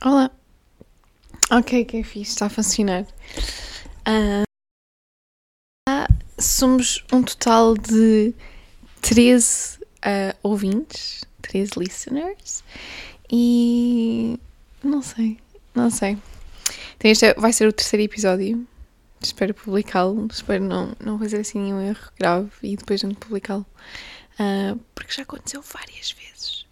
Olá. Ok, que é fixe, está a funcionar. Somos um total de 13 ouvintes, 13 listeners. E não sei. Então este vai ser o terceiro episódio. Espero publicá-lo. Espero não fazer assim nenhum erro grave e depois não publicá-lo. Porque já aconteceu várias vezes.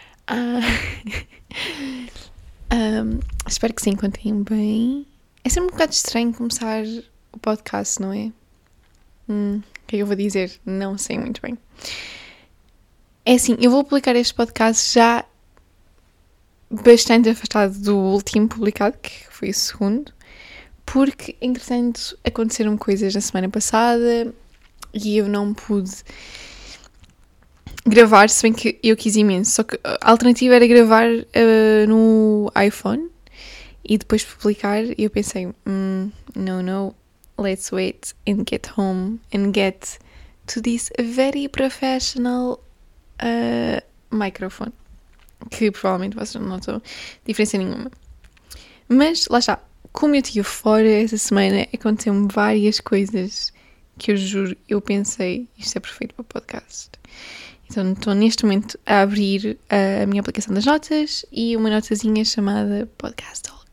Espero que se encontrem bem. É sempre um bocado estranho começar o podcast, não é? O que é que eu vou dizer? Não sei muito bem. É assim, eu vou publicar este podcast já bastante afastado do último publicado, que foi o segundo, porque, entretanto, aconteceram coisas na semana passada e eu não pude gravar, se bem que eu quis imenso. Só que a alternativa era gravar no iPhone e depois publicar, e eu pensei, no, let's wait and get home and get to this very professional microphone, que provavelmente vocês não notam diferença nenhuma. Mas, lá está, como eu estive fora essa semana, aconteceram-me várias coisas que eu juro, eu pensei, isto é perfeito para o podcast. Então estou neste momento a abrir a minha aplicação das notas e uma notazinha chamada Podcast Talk.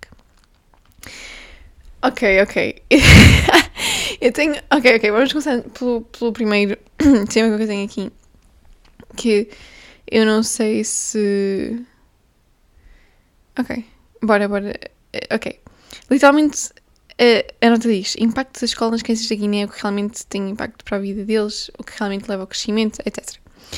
Ok. Eu tenho... Ok, vamos começar pelo primeiro tema que eu tenho aqui. Que eu não sei se... Ok, bora. Ok. Literalmente, a nota diz: impacto da escola nas crianças da Guiné, o que realmente tem impacto para a vida deles, o que realmente leva ao crescimento, etc.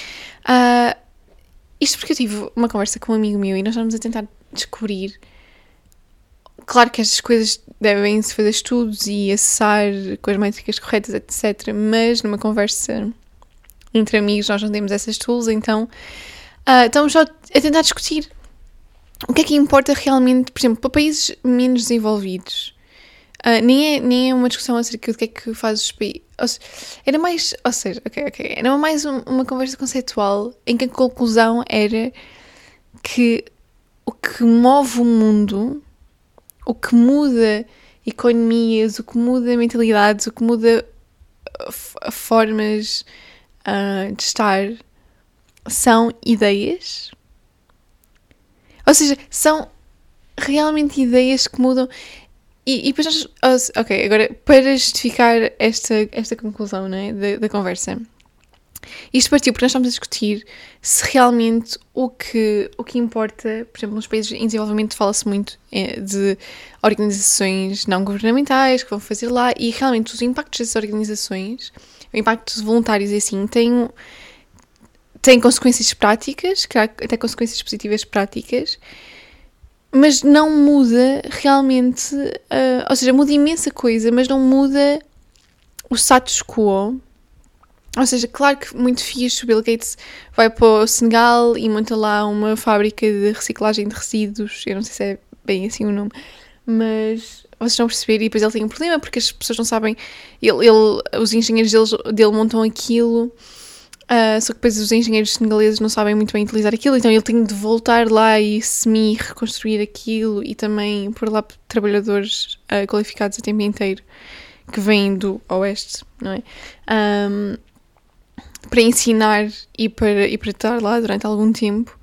Isto porque eu tive uma conversa com um amigo meu e nós estamos a tentar descobrir. Claro que estas coisas devem-se fazer estudos e acessar com as métricas corretas, etc. Mas numa conversa entre amigos nós não temos essas tools, então estamos só a tentar discutir o que é que importa realmente, por exemplo, para países menos desenvolvidos. Nem é uma discussão acerca do que é que faz os países. Era mais uma conversa conceitual em que a conclusão era que o que move o mundo, o que muda economias, o que muda mentalidades, o que muda formas de estar, são ideias. Ou seja, são realmente ideias que mudam. E depois nós... Ok, agora, para justificar esta conclusão, não é, da conversa, isto partiu porque nós estamos a discutir se realmente o que importa, por exemplo, nos países em desenvolvimento fala-se muito de organizações não governamentais que vão fazer lá, e realmente os impactos dessas organizações, o impacto de voluntários e assim, tem consequências práticas, até consequências positivas práticas, mas não muda realmente, ou seja, muda imensa coisa, mas não muda o status quo. Ou seja, claro que muito fixe, o Bill Gates vai para o Senegal e monta lá uma fábrica de reciclagem de resíduos, eu não sei se é bem assim o nome, mas vocês estão a perceber, e depois ele tem um problema porque as pessoas não sabem, os engenheiros dele montam aquilo, só que depois os engenheiros senegaleses não sabem muito bem utilizar aquilo, então ele tem de voltar lá e semi-reconstruir aquilo e também pôr lá trabalhadores qualificados a tempo inteiro que vêm do oeste, não é? Para ensinar e para estar lá durante algum tempo.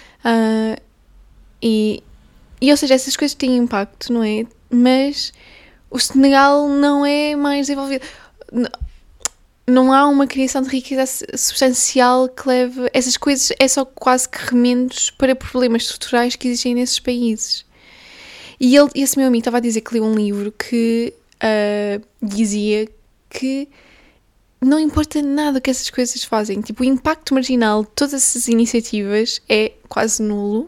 E ou seja, essas coisas têm impacto, não é? Mas o Senegal não é mais desenvolvido. Não há uma criação de riqueza substancial que leve... Essas coisas é só quase que remendos para problemas estruturais que existem nesses países. E esse meu amigo estava a dizer que leu um livro que dizia que não importa nada o que essas coisas fazem. Tipo, o impacto marginal de todas essas iniciativas é quase nulo.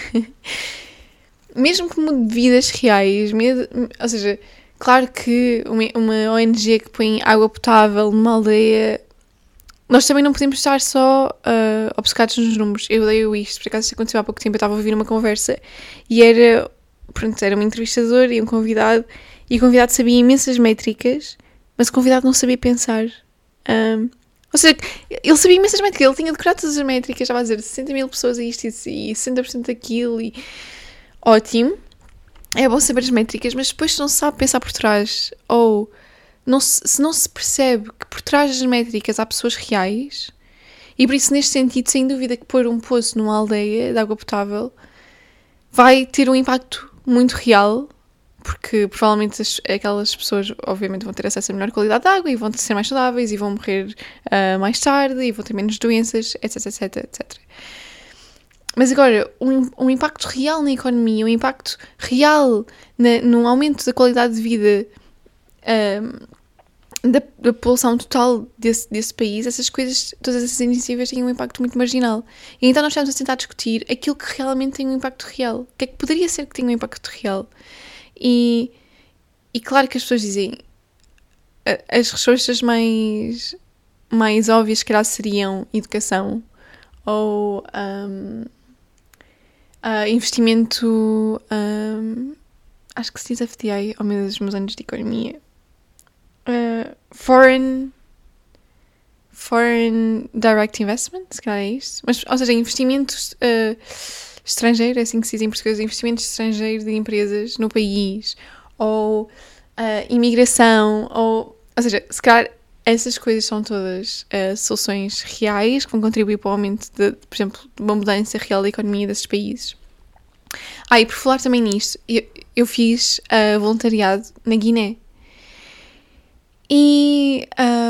Mesmo que mude vidas reais, ou seja... Claro que uma ONG que põe água potável numa aldeia, nós também não podemos estar só obcecados nos números. Eu odeio isto, por acaso isso aconteceu há pouco tempo, eu estava a ouvir uma conversa e era uma entrevistadora e um convidado, e o convidado sabia imensas métricas, mas o convidado não sabia pensar. Ou seja, ele sabia imensas métricas, ele tinha decorado todas as métricas, estava a dizer 60 mil pessoas a isto e 60% daquilo, e ótimo, é bom saber as métricas, mas depois se não se sabe pensar por trás, ou se não se percebe que por trás das métricas há pessoas reais, e por isso, neste sentido, sem dúvida que pôr um poço numa aldeia de água potável vai ter um impacto muito real, porque provavelmente aquelas pessoas, obviamente, vão ter acesso a melhor qualidade de água e vão ser mais saudáveis e vão morrer mais tarde e vão ter menos doenças, etc, etc, etc. Mas agora, um impacto real na economia, um impacto real no aumento da qualidade de vida da população total desse país, essas coisas, todas essas iniciativas têm um impacto muito marginal. E então nós estamos a tentar discutir aquilo que realmente tem um impacto real. O que é que poderia ser que tenha um impacto real? E claro que as pessoas dizem, as respostas mais óbvias, se calhar, seriam educação ou investimento, acho que se diz FDI, ao meio dos meus anos de economia, foreign direct investment, se calhar é isto, mas, ou seja, investimento estrangeiro, é assim que se diz em português, investimento estrangeiro de empresas no país, ou imigração, ou seja, se calhar essas coisas são todas soluções reais que vão contribuir para o aumento por exemplo, de uma mudança real da economia desses países. E por falar também nisto, eu fiz voluntariado na Guiné. E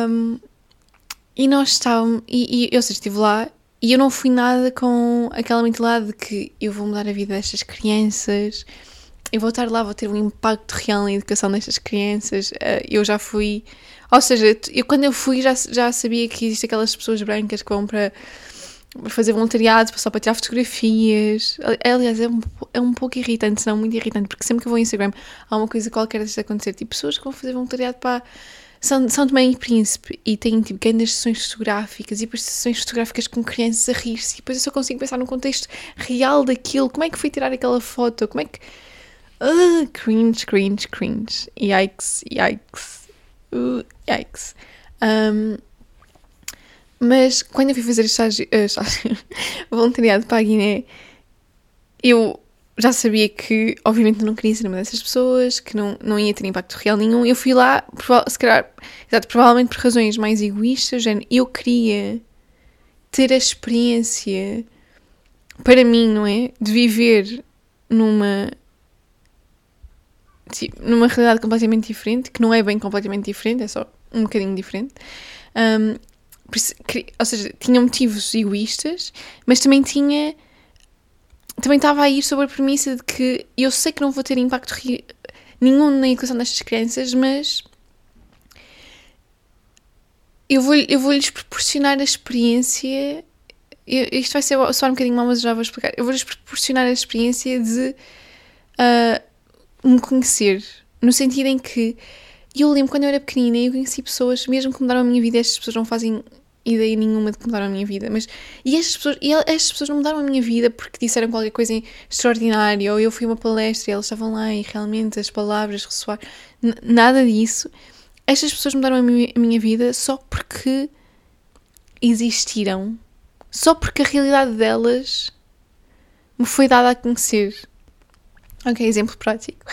nós estávamos, ou seja, estive lá e eu não fui nada com aquela mentalidade de que eu vou mudar a vida destas crianças, eu vou estar lá, vou ter um impacto real na educação destas crianças. Eu já fui, ou seja, quando eu fui já sabia que existem aquelas pessoas brancas que vão para fazer voluntariado, só para tirar fotografias. Aliás, é um pouco irritante, não muito irritante, porque sempre que eu vou ao Instagram há uma coisa qualquer destas a acontecer, tipo, pessoas que vão fazer voluntariado para São Tomé e Príncipe e têm tipo grandes sessões fotográficas e depois sessões fotográficas com crianças a rir-se e depois eu só consigo pensar no contexto real daquilo, como é que foi tirar aquela foto, como é que... cringe. Yikes. Yikes. Mas quando eu fui fazer estágio voluntariado para a Guiné, eu já sabia que, obviamente, não queria ser uma dessas pessoas, que não ia ter impacto real nenhum. Eu fui lá, se calhar, provavelmente por razões mais egoístas, eu queria ter a experiência, para mim, não é? De viver numa realidade completamente diferente, que não é bem completamente diferente, é só um bocadinho diferente. Ou seja, tinha motivos egoístas, mas também estava a ir sobre a premissa de que eu sei que não vou ter impacto nenhum na educação destas crianças, mas eu vou-lhes proporcionar a experiência. Isto vai soar um bocadinho mal, mas já vou explicar. Eu vou-lhes proporcionar a experiência de me conhecer, no sentido em que eu lembro quando eu era pequenina e eu conheci pessoas, mesmo que mudaram a minha vida, estas pessoas não fazem ideia nenhuma de que mudaram a minha vida, mas estas pessoas não mudaram a minha vida porque disseram qualquer coisa extraordinária, ou eu fui a uma palestra e elas estavam lá e realmente as palavras ressoaram, nada disso. Estas pessoas mudaram a minha vida só porque existiram, só porque a realidade delas me foi dada a conhecer. Ok, exemplo prático.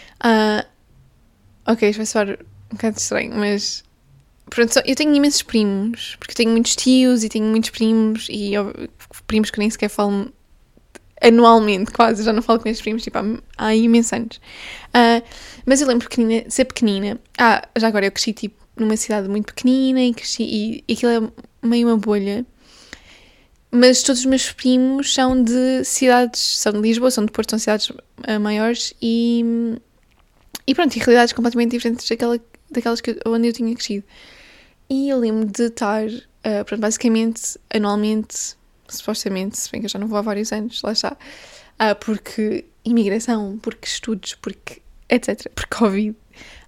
Ok, isto vai soar um bocado estranho, mas pronto, eu tenho imensos primos, porque eu tenho muitos tios e tenho muitos primos, e primos que nem sequer falo anualmente, quase, já não falo com esses primos, tipo, há imensos anos. Mas eu lembro ser pequenina, já agora eu cresci, tipo, numa cidade muito pequenina, e aquilo é meio uma bolha, mas todos os meus primos são de cidades, são de Lisboa, são de Porto, são cidades maiores, e pronto, e realidades completamente diferentes daquelas onde eu tinha crescido. E eu lembro de estar, pronto, basicamente, anualmente, supostamente, se bem que eu já não vou há vários anos, lá está, porque imigração, porque estudos, porque etc, por Covid.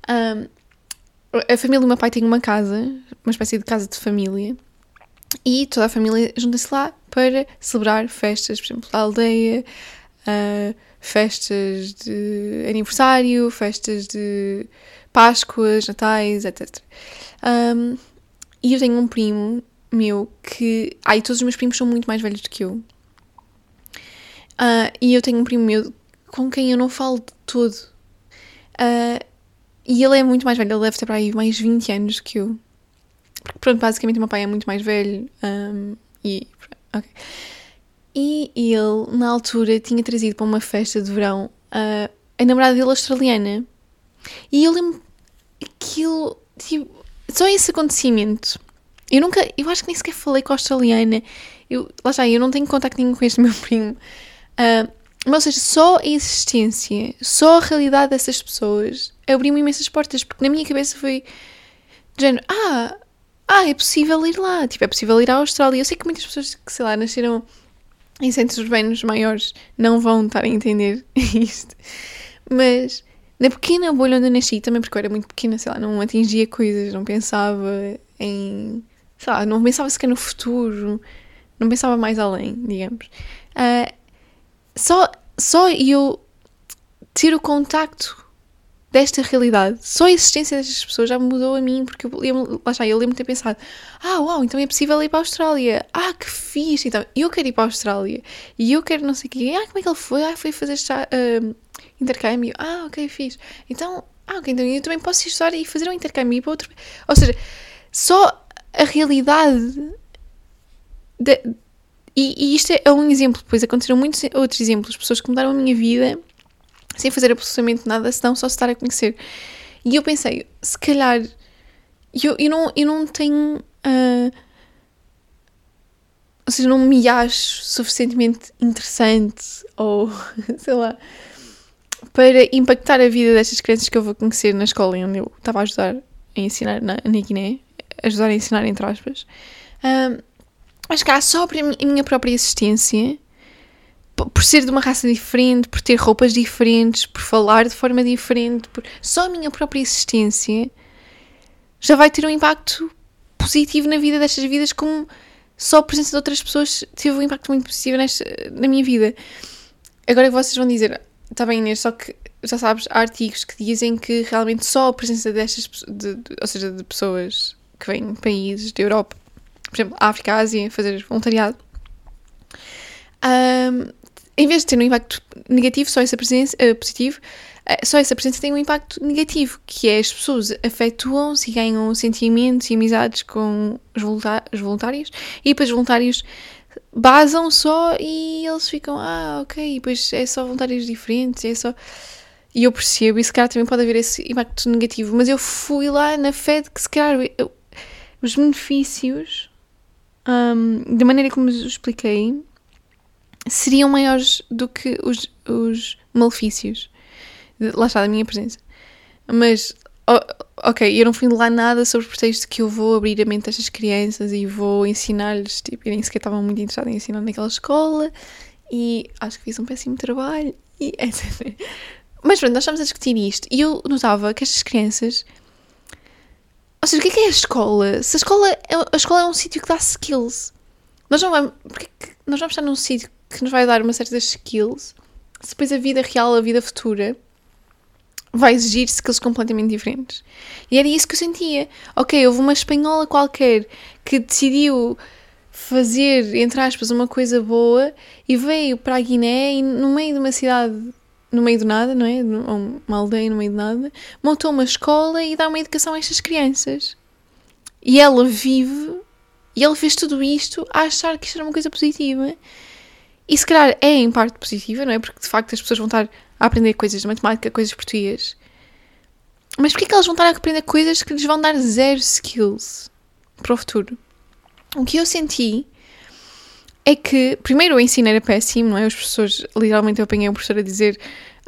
A família do meu pai tem uma casa, uma espécie de casa de família, e toda a família junta-se lá para celebrar festas, por exemplo, da aldeia, festas de aniversário, festas de Páscoas, Natais, etc. E eu tenho um primo meu que... e todos os meus primos são muito mais velhos do que eu. E eu tenho um primo meu com quem eu não falo de todo. E ele é muito mais velho, ele deve ter para aí mais 20 anos que eu. Porque, pronto, basicamente o meu pai é muito mais velho. Okay. E ele, na altura, tinha trazido para uma festa de verão a namorada dele australiana. E eu lembro aquilo, tipo, só esse acontecimento. Eu acho que nem sequer falei com a australiana. Lá está, eu não tenho contacto nenhum com este meu primo. Mas, ou seja, só a existência, só a realidade dessas pessoas abriu-me imensas portas, porque na minha cabeça foi de género, é possível ir lá, tipo, é possível ir à Austrália. Eu sei que muitas pessoas que, sei lá, nasceram em centros urbanos maiores não vão estar a entender isto, mas na pequena bolha onde eu nasci, também porque eu era muito pequena, sei lá, não atingia coisas, não pensava em, sei lá, não pensava sequer no futuro, não pensava mais além, digamos. Só eu ter o contacto desta realidade, só a existência destas pessoas já me mudou a mim, porque eu lembro de ter pensado, uau, então é possível ir para a Austrália, que fixe, então eu quero ir para a Austrália, e eu quero não sei o quê, como é que ele foi? Foi fazer intercâmbio, ok, fixe, então, ok, então eu também posso estudar e fazer um intercâmbio para outro, ou seja, só a realidade e isto é um exemplo, depois aconteceram muitos outros exemplos, pessoas que mudaram a minha vida sem fazer absolutamente nada, senão só se estar a conhecer. E eu pensei, se calhar, eu não tenho, ou seja, não me acho suficientemente interessante, ou, sei lá, para impactar a vida destas crianças que eu vou conhecer na escola onde eu estava a ajudar a ensinar, na Guiné, ajudar a ensinar entre aspas. Acho que há só para a minha própria existência, por ser de uma raça diferente, por ter roupas diferentes, por falar de forma diferente, só a minha própria existência já vai ter um impacto positivo na vida destas vidas, como só a presença de outras pessoas teve um impacto muito positivo na minha vida. Agora vocês vão dizer, está bem, Inês, só que já sabes, há artigos que dizem que realmente só a presença destas, ou seja, de pessoas que vêm de países da Europa, por exemplo, África, Ásia, fazer voluntariado, em vez de ter um impacto negativo, só essa presença, positivo, só essa presença tem um impacto negativo, que é as pessoas afetuam-se e ganham sentimentos e amizades com os voluntários, e depois os voluntários basam só e eles ficam, ok, e depois é só voluntários diferentes, é só... E eu percebo, e se calhar também pode haver esse impacto negativo, mas eu fui lá na fé de que se calhar os benefícios, da maneira como eu expliquei, seriam maiores do que os malefícios. Lá está, da minha presença. Mas, ok, eu não fui lá nada sobre o pretexto que eu vou abrir a mente destas crianças e vou ensinar-lhes, tipo, eu nem sequer estava muito interessada em ensinar naquela escola e acho que fiz um péssimo trabalho e etc. Mas pronto, nós estamos a discutir isto e eu notava que estas crianças... Ou seja, o que é a escola? Se a escola é um sítio que dá skills. Nós não vamos... Porque nós vamos estar num sítio que nos vai dar uma série de skills se depois a vida real, a vida futura, vai exigir skills completamente diferentes. E era isso que eu sentia. Ok, houve uma espanhola qualquer que decidiu fazer, entre aspas, uma coisa boa e veio para a Guiné e no meio de uma cidade, no meio do nada, não é? Uma aldeia no meio do nada, montou uma escola e dá uma educação a estas crianças. E ela vive, e ela fez tudo isto a achar que isto era uma coisa positiva. E se calhar é em parte positiva, não é? Porque de facto as pessoas vão estar a aprender coisas de matemática, coisas de português. Mas porquê que elas vão estar a aprender coisas que lhes vão dar zero skills para o futuro? O que eu senti é que, primeiro, o ensino era péssimo, não é? Os professores, literalmente eu apanhei um professor a dizer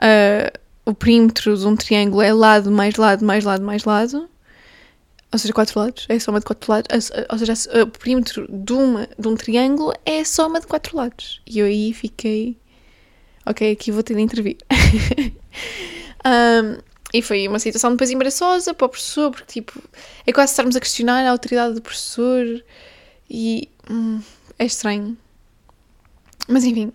o perímetro de um triângulo é lado, mais lado, mais lado, mais lado. Ou seja, 4 lados, é a soma de 4 lados. Ou seja, o perímetro de um triângulo é a soma de 4 lados. E eu aí fiquei... Ok, aqui vou ter de intervir. E foi uma situação depois embaraçosa para o professor, porque tipo, é quase estarmos a questionar a autoridade do professor e é estranho. Mas enfim.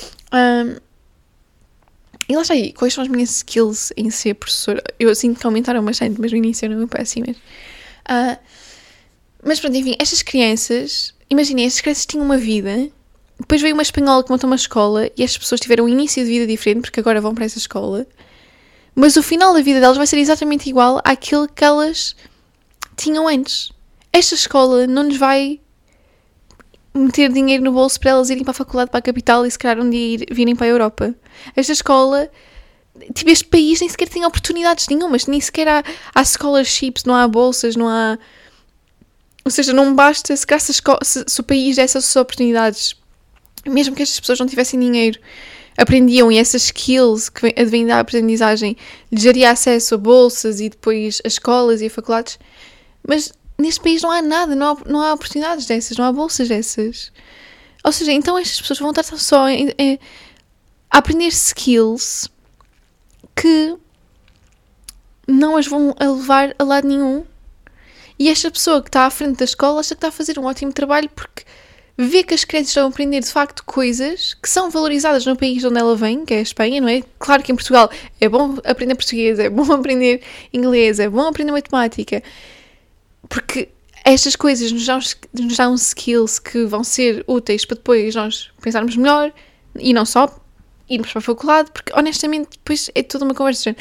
E lá está aí, quais são as minhas skills em ser professora? Eu sinto que aumentaram bastante, mas no início eram péssimas. Mas pronto, enfim, estas crianças, imaginem, estas crianças tinham uma vida Depois veio uma espanhola que montou uma escola e as pessoas tiveram um início de vida diferente porque agora vão para essa escola. Mas o final da vida delas vai ser exatamente igual àquilo que elas tinham antes. Esta escola não nos vai meter dinheiro no bolso para elas irem para a faculdade, para a capital e se calhar um dia virem para a Europa. Esta escola, tipo, este país nem sequer tem oportunidades nenhumas, nem sequer há scholarships, não há bolsas, não há... Ou seja, não basta, se o país desse essas oportunidades, mesmo que estas pessoas não tivessem dinheiro, aprendiam e essas skills que advêm da aprendizagem lhes daria acesso a bolsas e depois a escolas e a faculdades, mas neste país não há nada, não há oportunidades dessas, não há bolsas dessas. Ou seja, então estas pessoas vão estar só a aprender skills que não as vão levar a lado nenhum. E esta pessoa que está à frente da escola acha que está a fazer um ótimo trabalho porque vê que as crianças estão a aprender de facto coisas que são valorizadas no país de onde ela vem, que é a Espanha, não é? Claro que em Portugal é bom aprender português, é bom aprender inglês, é bom aprender matemática, porque estas coisas nos dão skills que vão ser úteis para depois nós pensarmos melhor e não só irmos para a faculdade, porque honestamente depois é toda uma conversa.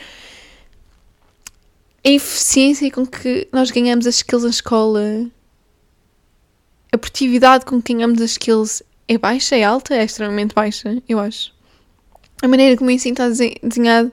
A eficiência com que nós ganhamos as skills na escola, a produtividade com que ganhamos as skills é baixa, é alta, é extremamente baixa, eu acho. A maneira como o ensino está desenhado,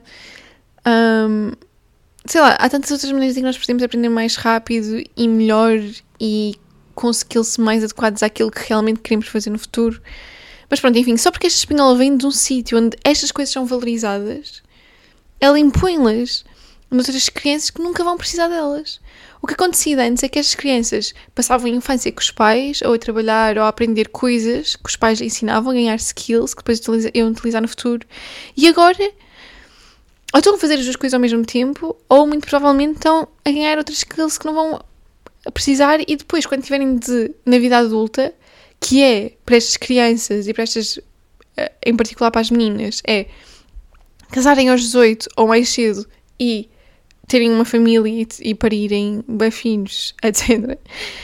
sei lá, há tantas outras maneiras em que nós podemos aprender mais rápido e melhor e com skills mais adequados àquilo que realmente queremos fazer no futuro. Mas pronto, enfim, só porque esta espanhola vem de um sítio onde estas coisas são valorizadas, ela impõe-las noutras crianças que nunca vão precisar delas. O que acontecia antes é que estas crianças passavam a infância com os pais, ou a trabalhar, ou a aprender coisas que os pais lhe ensinavam, a ganhar skills que depois iam utilizar no futuro. E agora, ou estão a fazer as duas coisas ao mesmo tempo, ou muito provavelmente estão a ganhar outras skills que não vão precisar e depois, quando estiverem na vida adulta, que é para estas crianças e para estas, em particular para as meninas, é casarem aos 18 ou mais cedo e terem uma família e parirem bem filhos, etc.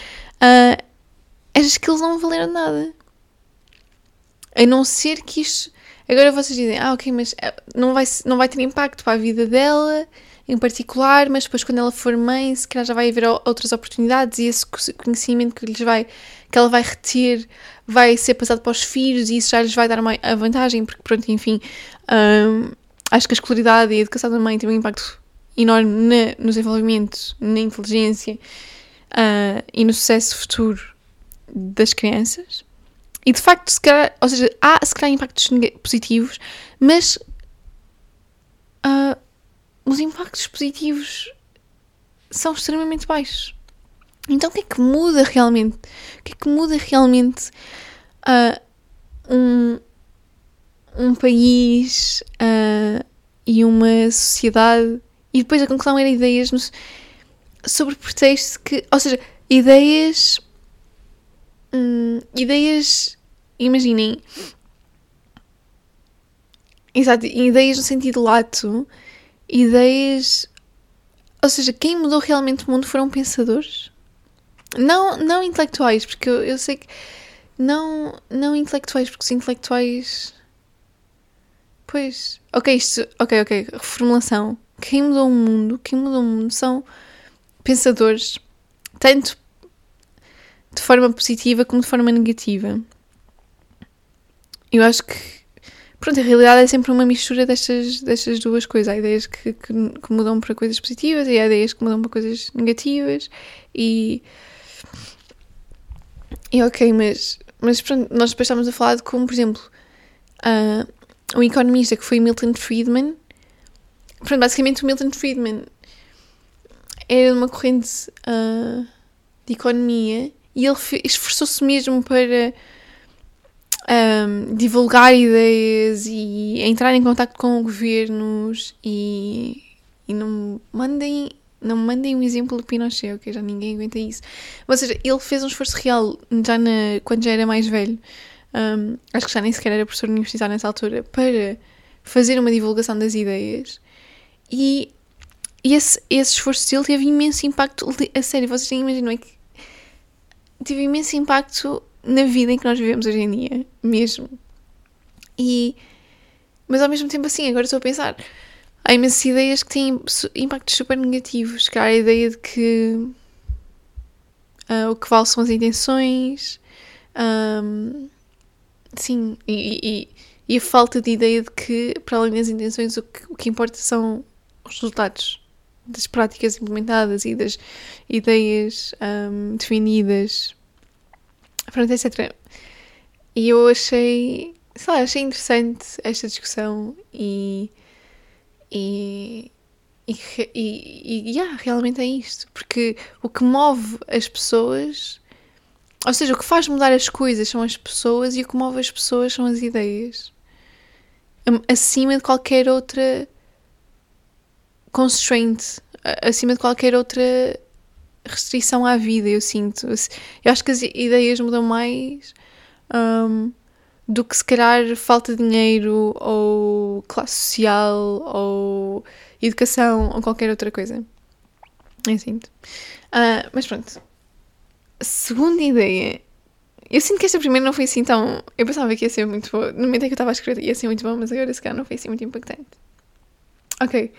Estas skills não valeram nada. A não ser que isto... Agora vocês dizem, ok, mas não vai ter impacto para a vida dela, em particular, mas depois quando ela for mãe, se calhar já vai haver outras oportunidades e esse conhecimento que ela vai reter vai ser passado para os filhos e isso já lhes vai dar a vantagem, porque pronto, enfim, acho que a escolaridade e a educação da mãe tem um impacto enorme no desenvolvimento, na inteligência e no sucesso futuro das crianças. E de facto, se calhar, ou seja, há se calhar impactos positivos, mas os impactos positivos são extremamente baixos. Então o que é que muda realmente? O que é que muda realmente um país e uma sociedade? E depois a conclusão era ideias sobre pretexto que... Ou seja, ideias... Imaginem... Exato, ideias no sentido lato. Ideias... Ou seja, quem mudou realmente o mundo foram pensadores. Não intelectuais, porque eu sei que... Não intelectuais, porque os intelectuais... Pois... Ok. Reformulação. Quem mudou o mundo são pensadores, tanto de forma positiva como de forma negativa. Eu acho que, pronto, a realidade é sempre uma mistura destas duas coisas. Há ideias que mudam para coisas positivas e há ideias que mudam para coisas negativas e ok, mas pronto, nós depois estamos a falar de como, por exemplo, um economista que foi Milton Friedman. Pronto, basicamente o Milton Friedman era uma corrente de economia e ele esforçou-se mesmo para divulgar ideias e entrar em contacto com governos e não mandem um exemplo do Pinochet, ok? Já ninguém aguenta isso. Ou seja, ele fez um esforço real quando já era mais velho, acho que já nem sequer era professor universitário nessa altura, para fazer uma divulgação das ideias. E esse esforço dele teve imenso impacto. A sério, vocês nem imaginam, é que teve imenso impacto na vida em que nós vivemos hoje em dia, mesmo. Mas ao mesmo tempo assim, agora estou a pensar, há imensas ideias que têm impactos super negativos, que há a ideia de que o que vale são as intenções, sim, e a falta de ideia de que, para além das intenções, o que importa são os resultados das práticas implementadas e das ideias definidas, pronto, etc. E eu achei interessante esta discussão e realmente é isto. Porque o que move as pessoas, ou seja, o que faz mudar as coisas são as pessoas e o que move as pessoas são as ideias. Acima de qualquer outra constraint, acima de qualquer outra restrição à vida, eu sinto. Eu acho que as ideias mudam mais do que se calhar falta de dinheiro ou classe social ou educação ou qualquer outra coisa. Eu sinto. Mas pronto. A segunda ideia. Eu sinto que esta primeira não foi assim tão... Eu pensava que ia ser muito boa. No momento em que eu estava a escrever ia ser muito bom, mas agora se calhar não foi assim muito impactante. Ok.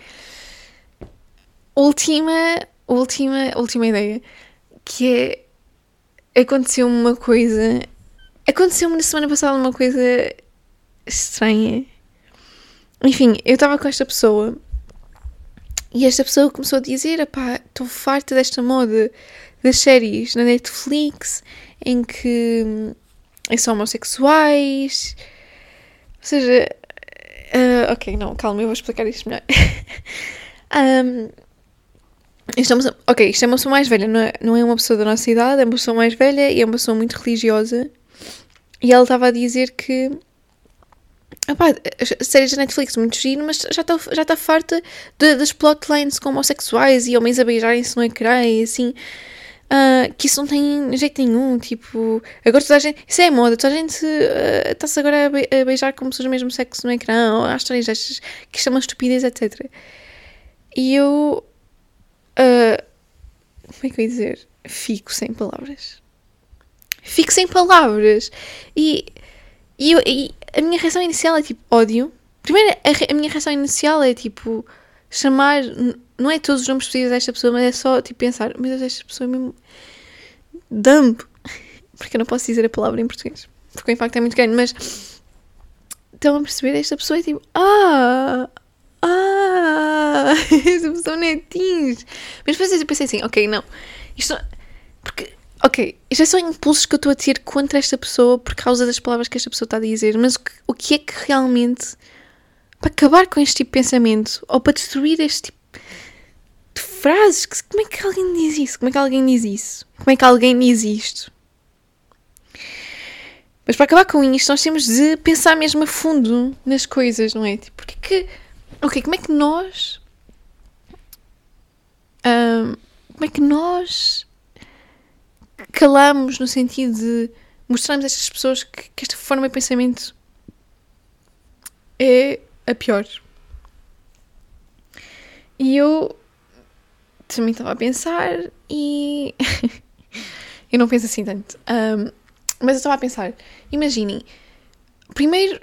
Última ideia. Que é... Aconteceu-me na semana passada uma coisa estranha. Enfim, eu estava com esta pessoa e esta pessoa começou a dizer: "Epá, estou farta desta moda das séries na Netflix em que são homossexuais." Ou seja, ok, não, calma, eu vou explicar isto melhor. Isto é uma pessoa mais velha, não é uma pessoa da nossa idade, é uma pessoa mais velha e é uma pessoa muito religiosa. E ela estava a dizer que séries da Netflix muito giro, mas já está farta das plotlines com homossexuais e homens a beijarem-se no ecrã e assim, que isso não tem jeito nenhum, tipo, agora toda a gente, isso é moda, toda a gente está-se agora a beijar como pessoas do mesmo sexo no ecrã, ou há histórias destas, que isto é uma estupidez, etc. E eu, como é que eu ia dizer? Fico sem palavras. E a minha reação inicial é tipo ódio. Primeiro, a minha reação inicial é tipo chamar, não é todos os nomes possíveis desta pessoa, mas é só tipo pensar: meu Deus, esta pessoa é mesmo dumb. Porque eu não posso dizer a palavra em português, porque o impacto é muito grande. Mas estão a perceber? Esta pessoa é tipo esta pessoa não é teens. Mas depois eu pensei assim: ok, não, isto porque isto é só impulsos que eu estou a ter contra esta pessoa por causa das palavras que esta pessoa está a dizer, mas o que é que realmente, para acabar com este tipo de pensamento, ou para destruir este tipo de frases, como é que alguém diz isso? Como é que alguém diz isto? Mas para acabar com isto, nós temos de pensar mesmo a fundo nas coisas, não é? Tipo, como é que nós calamos no sentido de mostrarmos a estas pessoas que esta forma de pensamento é a pior. E eu também estava a pensar e eu não penso assim tanto, mas eu estava a pensar, imaginem, primeiro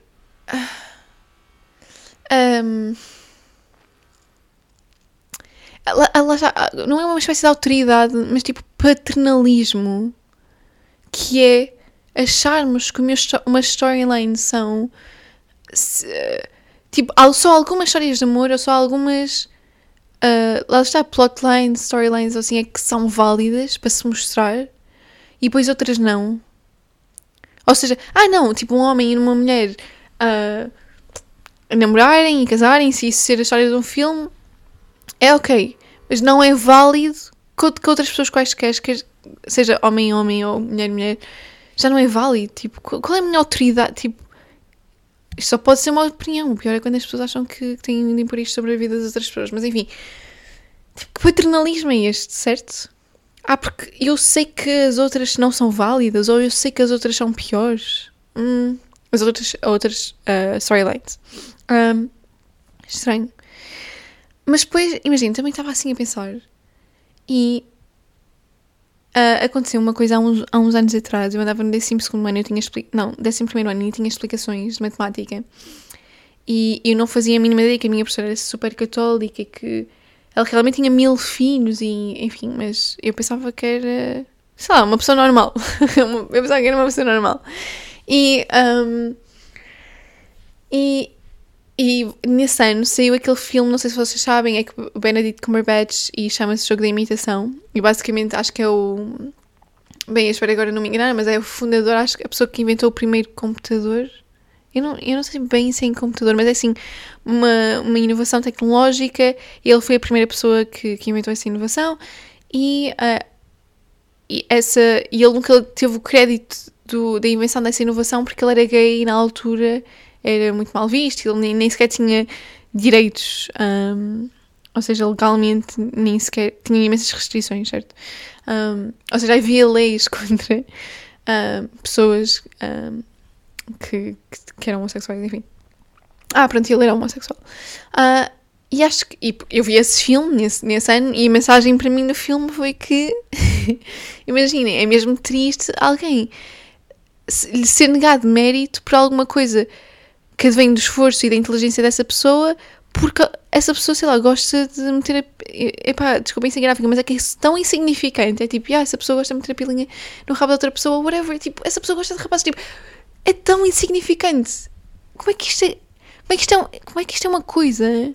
ela já, não é uma espécie de autoridade, mas tipo paternalismo, que é acharmos que uma storyline são tipo, só algumas histórias de amor ou só algumas lá está, plotlines, storylines ou assim, é que são válidas para se mostrar e depois outras não. Ou seja, não, tipo um homem e uma mulher a namorarem e casarem-se e isso ser a história de um filme é ok, mas não é válido que outras pessoas quaisquer, seja homem ou mulher, já não é válido. Tipo, qual é a minha autoridade? Tipo, isto só pode ser uma opinião. O pior é quando as pessoas acham que têm de impor isto sobre a vida das outras pessoas. Mas enfim, tipo, que paternalismo é este, certo? Porque eu sei que as outras não são válidas, ou eu sei que as outras são piores. As outras storylines. Estranho. Mas depois, imagina, também estava assim a pensar. E aconteceu uma coisa há uns anos atrás. Eu andava no 12º ano, 11º ano, e tinha explicações de matemática. E eu não fazia a mínima ideia que a minha professora era super católica, que ela realmente tinha 1000 filhos, e enfim, mas eu pensava que era, sei lá, uma pessoa normal. Eu pensava que era uma pessoa normal. E nesse ano saiu aquele filme, não sei se vocês sabem, é que o Benedict Cumberbatch, e chama-se Jogo da Imitação. E basicamente acho que é o... Bem, eu espero agora não me enganar, mas é o fundador, acho que a pessoa que inventou o primeiro computador. Eu não sei bem se é em computador, mas é assim, uma inovação tecnológica. Ele foi a primeira pessoa que inventou essa inovação. E ele nunca teve o crédito da invenção dessa inovação, porque ele era gay e na altura era muito mal visto, ele nem sequer tinha direitos, ou seja, legalmente nem sequer tinha imensas restrições, certo? Ou seja, havia leis contra pessoas que eram homossexuais, enfim. Pronto, ele era homossexual. E acho que eu vi esse filme nesse ano, e a mensagem para mim no filme foi que imaginem, é mesmo triste alguém lhe ser negado mérito por alguma coisa que advém do esforço e da inteligência dessa pessoa, porque essa pessoa, sei lá, gosta de meter desculpem ser gráfica, mas é que é tão insignificante. É tipo, essa pessoa gosta de meter a pilinha no rabo da outra pessoa, whatever. Tipo, essa pessoa gosta de rapazes, tipo, é tão insignificante. Como é que isto é uma coisa?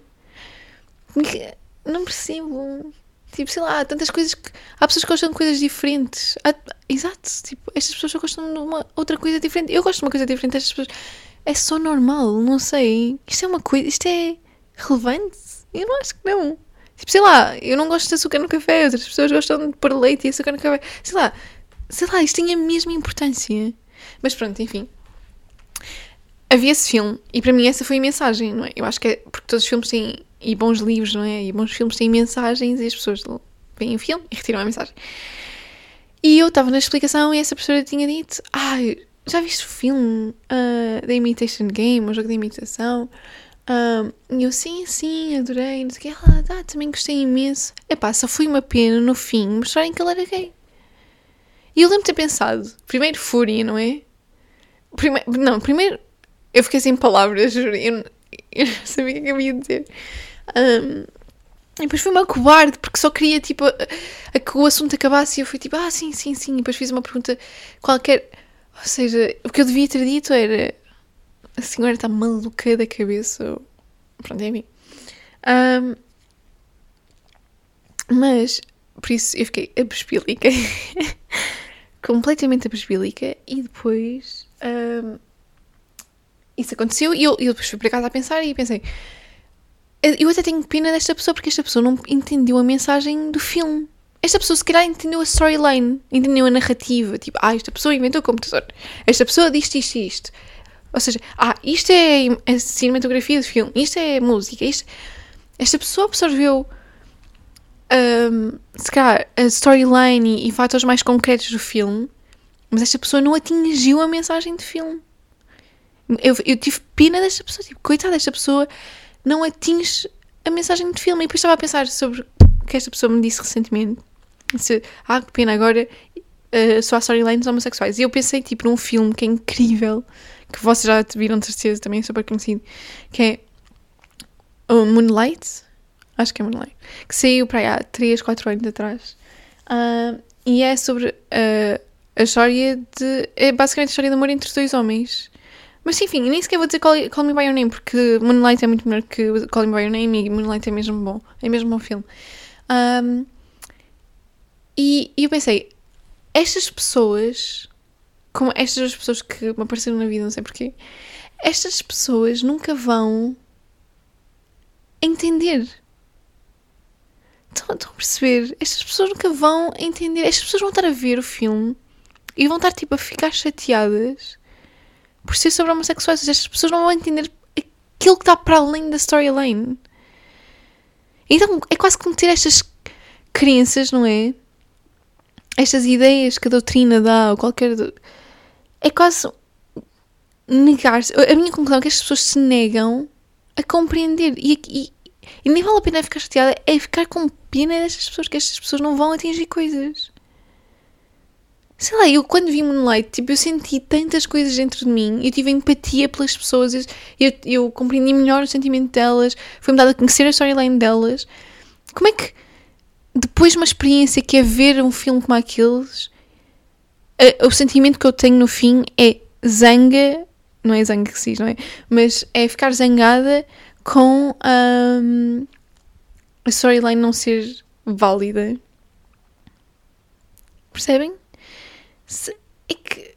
Não percebo. Tipo, sei lá, há tantas coisas que... Há pessoas que gostam de coisas diferentes. Exato. Tipo, estas pessoas só gostam de uma outra coisa diferente. Eu gosto de uma coisa diferente destas pessoas. É só normal, não sei. Isto é uma coisa... Isto é relevante? Eu não acho que não. Tipo, sei lá, eu não gosto de açúcar no café. Outras pessoas gostam de pôr leite e açúcar no café. Sei lá, isto tem a mesma importância. Mas pronto, enfim. Havia esse filme. E para mim essa foi a mensagem, não é? Eu acho que é porque todos os filmes têm... E bons livros, não é? E bons filmes têm mensagens, e as pessoas veem o filme e retiram a mensagem. E eu estava na explicação e essa professora tinha dito: já viste o filme da Imitation Game, o jogo da imitação? E eu, sim, adorei, não sei o que. Ela, também gostei imenso. Só foi uma pena no fim mostrarem que ele era gay. E eu lembro de ter pensado, primeiro fúria, não é? Primeiro eu fiquei sem palavras, juro. Eu não sabia o que eu ia dizer. E depois fui uma cobarde, porque só queria, tipo, que o assunto acabasse, e eu fui tipo, sim. E depois fiz uma pergunta qualquer. Ou seja, o que eu devia ter dito era: a senhora está maluca da cabeça. Pronto, é mim. Mas, por isso, eu fiquei abesbílica. Completamente abesbílica. E depois... isso aconteceu, e eu depois fui para casa a pensar e pensei... Eu até tenho pena desta pessoa, porque esta pessoa não entendeu a mensagem do filme. Esta pessoa, se calhar, entendeu a storyline, entendeu a narrativa. Tipo, esta pessoa inventou o computador. Esta pessoa diz isto. Ou seja, isto é a cinematografia do filme. Isto é música. Esta pessoa absorveu, se calhar, a storyline e fatores mais concretos do filme, mas esta pessoa não atingiu a mensagem do filme. Eu tive pena desta pessoa. Tipo, coitada, esta pessoa não atinge a mensagem do filme. E depois estava a pensar sobre o que esta pessoa me disse recentemente. Que pena, agora só há storylines homossexuais. E eu pensei, tipo, num filme que é incrível, que vocês já viram de certeza, também é super conhecido, que é o Moonlight. Acho que é Moonlight. Que saiu para aí há 3, 4 anos atrás. E é sobre a história de... É basicamente a história de amor entre 2 homens. Mas enfim, nem sequer vou dizer Call Me By Your Name, porque Moonlight é muito melhor que Call Me By Your Name, e Moonlight é mesmo bom. É mesmo bom filme. E eu pensei, estas pessoas, como estas 2 pessoas que me apareceram na vida, não sei porquê, estas pessoas nunca vão entender. Estão a perceber? Estas pessoas nunca vão entender. Estas pessoas vão estar a ver o filme e vão estar, tipo, a ficar chateadas por ser sobre homossexuais. Estas pessoas não vão entender aquilo que está para além da storyline. Então é quase como ter estas crenças, não é? Estas ideias que a doutrina dá, ou qualquer... É quase negar-se. A minha conclusão é que estas pessoas se negam a compreender. E nem vale a pena ficar chateada, é ficar com pena destas pessoas, que estas pessoas não vão atingir coisas. sei lá, eu quando vi Moonlight, tipo, eu senti tantas coisas dentro de mim, eu tive empatia pelas pessoas, eu compreendi melhor o sentimento delas, foi-me dado a conhecer a storyline delas. Como é que, depois de uma experiência que é ver um filme como aqueles, o sentimento que eu tenho no fim é zanga, não é zanga que se diz, não é? Mas é ficar zangada com a storyline não ser válida. Percebem? É que...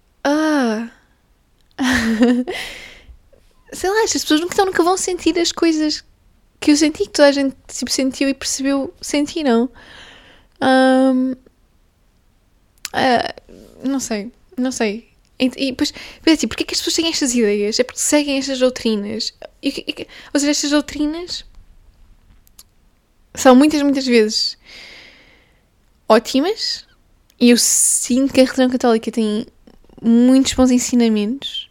sei lá, estas pessoas nunca vão sentir as coisas que eu senti, que toda a gente tipo, sentiu e percebeu, sentiram. Não sei. E depois, assim, porque é que as pessoas têm estas ideias? É porque seguem estas doutrinas. Ou seja, estas doutrinas são muitas vezes ótimas, e eu sinto que a religião católica tem muitos bons ensinamentos,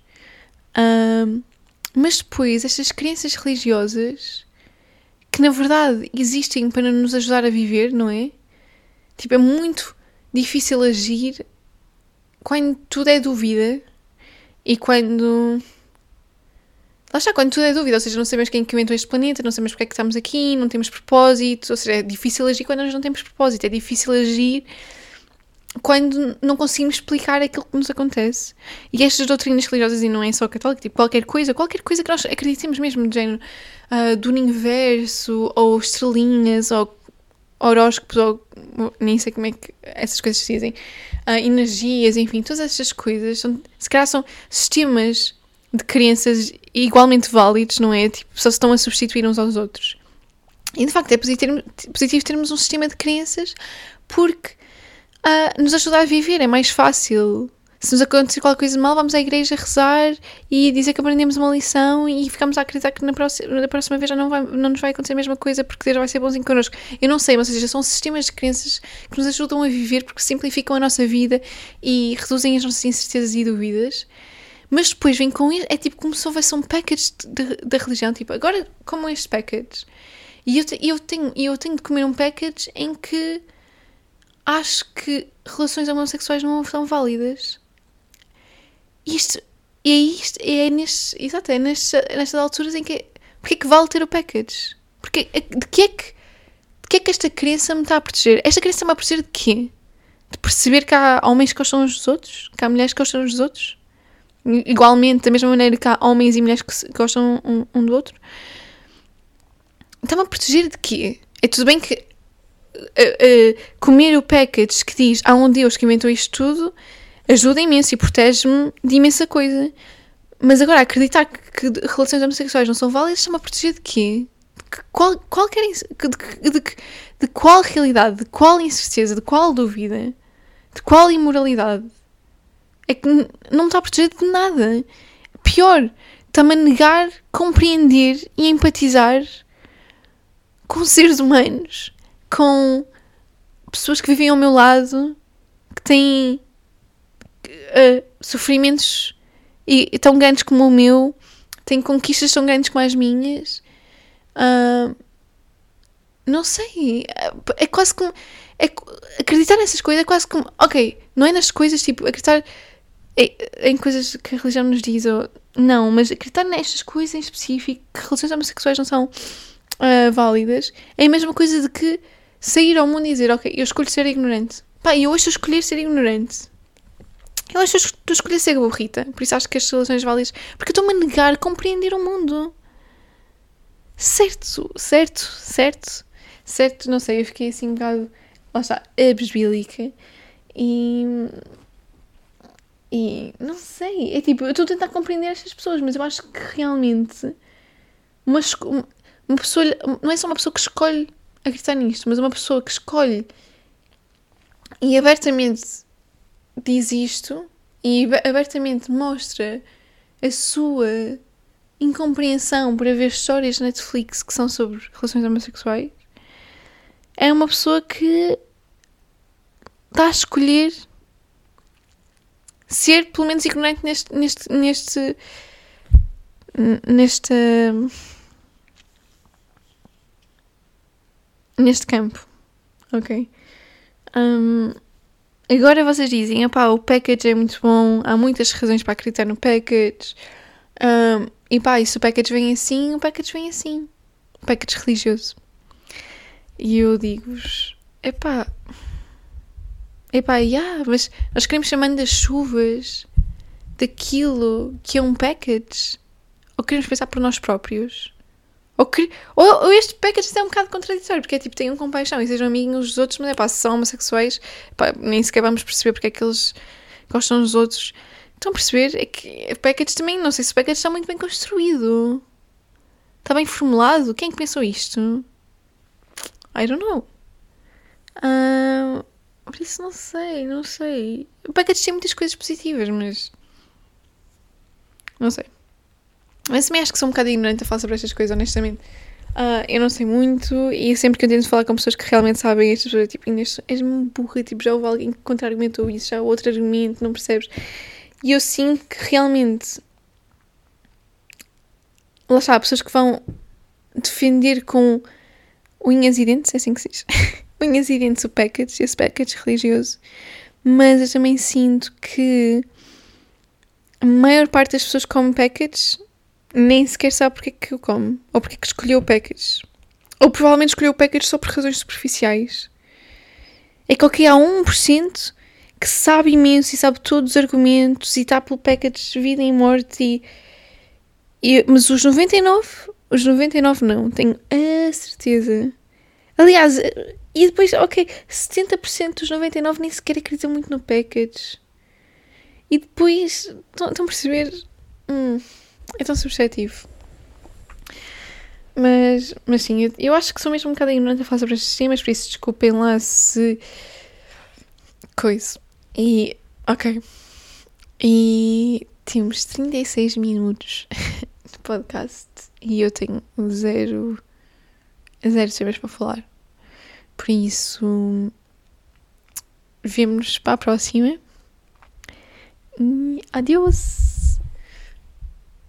mas depois estas crenças religiosas que na verdade existem para nos ajudar a viver, não é? Tipo, é muito difícil agir quando tudo é dúvida e quando... Lá está, quando tudo é dúvida, ou seja, não sabemos quem inventou este planeta, não sabemos porque é que estamos aqui, não temos propósito, ou seja, é difícil agir quando nós não temos propósito, é difícil agir quando não conseguimos explicar aquilo que nos acontece. E estas doutrinas religiosas, e não é só católica, tipo qualquer coisa que nós acreditemos mesmo, do género do universo, ou estrelinhas, ou horóscopos, ou nem sei como é que essas coisas se dizem, energias, enfim, todas essas coisas, se calhar são sistemas de crenças igualmente válidos, não é? Tipo, só se estão a substituir uns aos outros. E de facto é positivo termos um sistema de crenças porque nos ajuda a viver, é mais fácil. Se nos acontecer qualquer coisa de mal, vamos à igreja rezar e dizer que aprendemos uma lição e ficamos a acreditar que na próxima vez já não nos vai acontecer a mesma coisa porque Deus vai ser bonzinho connosco. Eu não sei, mas ou seja, são sistemas de crenças que nos ajudam a viver porque simplificam a nossa vida e reduzem as nossas incertezas e dúvidas. Mas depois vem com isso, é tipo como se houvesse um package da religião, tipo, agora como este package. E eu tenho de comer um package em que acho que relações homossexuais não são válidas. É nestas alturas em que... Porque é que vale ter o package? De que é que esta crença me está a proteger? Esta crença me está a proteger de quê? De perceber que há homens que gostam uns dos outros? Que há mulheres que gostam uns dos outros? Igualmente, da mesma maneira que há homens e mulheres que gostam um do outro? Está-me a proteger de quê? É tudo bem que comer o package que diz há um Deus que inventou isto tudo ajuda imenso e protege-me de imensa coisa. Mas agora, acreditar que relações homossexuais não são válidas está-me a proteger de quê? De qual realidade? De qual incerteza? De qual dúvida? De qual imoralidade? É que não me está a proteger de nada. Pior, está-me a negar compreender e empatizar com seres humanos, com pessoas que vivem ao meu lado, que têm sofrimentos tão grandes como o meu, têm conquistas tão grandes como as minhas. Não sei, é quase como... acreditar nessas coisas é quase como... Ok, não é nas coisas, tipo, acreditar em coisas que a religião nos diz, ou... Não, mas acreditar nestas coisas em específico, que relações homossexuais não são válidas, é a mesma coisa de que sair ao mundo e dizer, ok, eu escolho ser ignorante. Pá, eu hoje escolher ser ignorante. Eu acho que estou a escolher ser burrita, por isso acho que as relações válidas... Porque eu estou-me a negar a compreender o mundo. Certo, não sei, eu fiquei assim um bocado, lá está, abesbílica e não sei, é tipo, eu estou a tentar compreender estas pessoas, mas eu acho que realmente uma pessoa, não é só uma pessoa que escolhe acreditar nisto, mas uma pessoa que escolhe e abertamente diz isto e abertamente mostra a sua incompreensão por haver histórias na Netflix que são sobre relações homossexuais, é uma pessoa que está a escolher ser pelo menos ignorante neste campo, ok? Agora vocês dizem, epá, o package é muito bom, há muitas razões para acreditar no package. E pá, e se o package vem assim, o package vem assim. O package religioso. E eu digo-vos, epá, mas nós queremos chamar das chuvas daquilo que é um package? Ou queremos pensar por nós próprios? Ou este package é um bocado contraditório, porque é tipo, tenham compaixão e sejam amigos dos outros, mas é pá, se são homossexuais, pá, nem sequer vamos perceber porque é que eles gostam dos outros. Estão a perceber? É que o package também, não sei se o package está muito bem construído. Está bem formulado. Quem é que pensou isto? I don't know. Por isso não sei. O package tem muitas coisas positivas, mas... não sei. Mas também acho que sou um bocado ignorante a falar sobre estas coisas, honestamente. Eu não sei muito e sempre que eu tento falar com pessoas que realmente sabem, estas pessoas tipo, Inês, és-me burra, tipo, já houve alguém que contra-argumentou isso, já houve outro argumento, não percebes? E eu sinto que realmente... lá está, pessoas que vão defender com unhas e dentes, é assim que se diz. Unhas e dentes o package, esse package religioso. Mas eu também sinto que a maior parte das pessoas que comem package nem sequer sabe porque é que o come. Ou porque é que escolheu o package. Ou provavelmente escolheu o package só por razões superficiais. É que há 1% que sabe imenso e sabe todos os argumentos e está pelo package de vida e morte mas os 99 não, tenho a certeza. Aliás, e depois, 70% dos 99 nem sequer acreditam muito no package. E depois, estão a perceber? É tão subjetivo. Mas sim, eu acho que sou mesmo um bocado ignorante a falar sobre estes temas, por isso desculpem lá se... coisa. E, ok. E temos 36 minutos de podcast e eu tenho zero temas para falar. Por isso, vemo-nos para a próxima. E adeus!